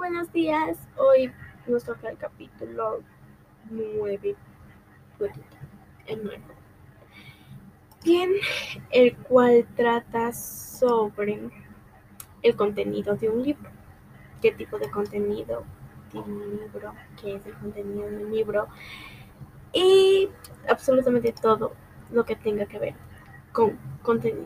Buenos días, hoy nos toca el capítulo 9, el 9. Bien, el cual trata sobre el contenido de un libro. ¿Qué tipo de contenido tiene un libro? ¿Qué es el contenido de un libro? Y absolutamente todo lo que tenga que ver con contenido.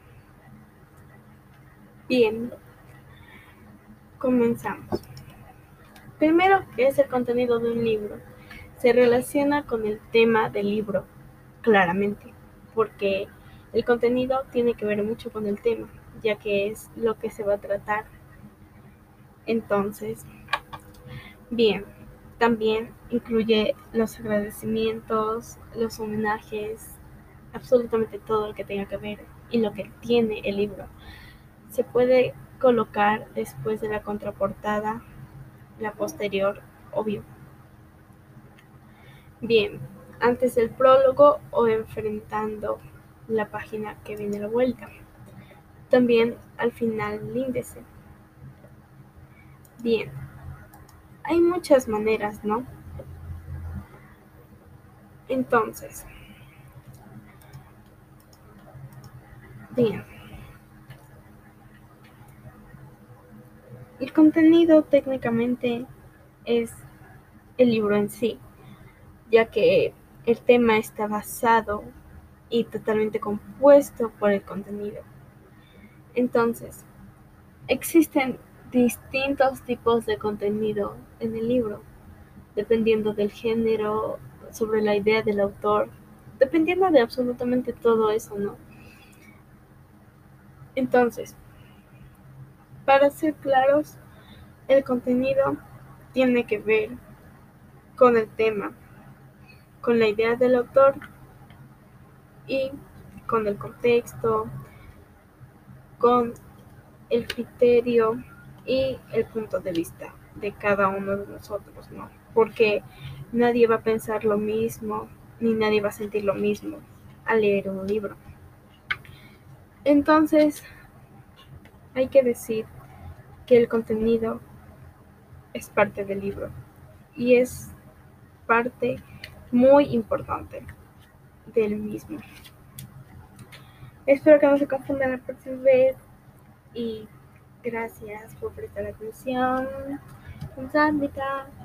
Bien, comenzamos. Primero, ¿qué es el contenido de un libro? Se relaciona con el tema del libro, claramente, porque el contenido tiene que ver mucho con el tema, ya que es lo que se va a tratar. Entonces, bien, también incluye los agradecimientos, los homenajes, absolutamente todo lo que tenga que ver y lo que tiene el libro. Se puede colocar después de la contraportada, la posterior, obvio. Bien, antes del prólogo o enfrentando la página que viene a la vuelta. También al final el índice. Bien, hay muchas maneras, ¿no? Entonces, bien, el contenido técnicamente es el libro en sí, ya que el tema está basado y totalmente compuesto por el contenido. Entonces, existen distintos tipos de contenido en el libro, dependiendo del género, sobre la idea del autor, dependiendo de absolutamente todo eso, ¿no? Entonces, para ser claros, el contenido tiene que ver con el tema, con la idea del autor y con el contexto, con el criterio y el punto de vista de cada uno de nosotros, ¿no? Porque nadie va a pensar lo mismo, ni nadie va a sentir lo mismo al leer un libro. Entonces, hay que decir que el contenido es parte del libro y es parte muy importante del mismo. Espero que no se confundan la próxima vez y gracias por prestar atención. 감사합니다.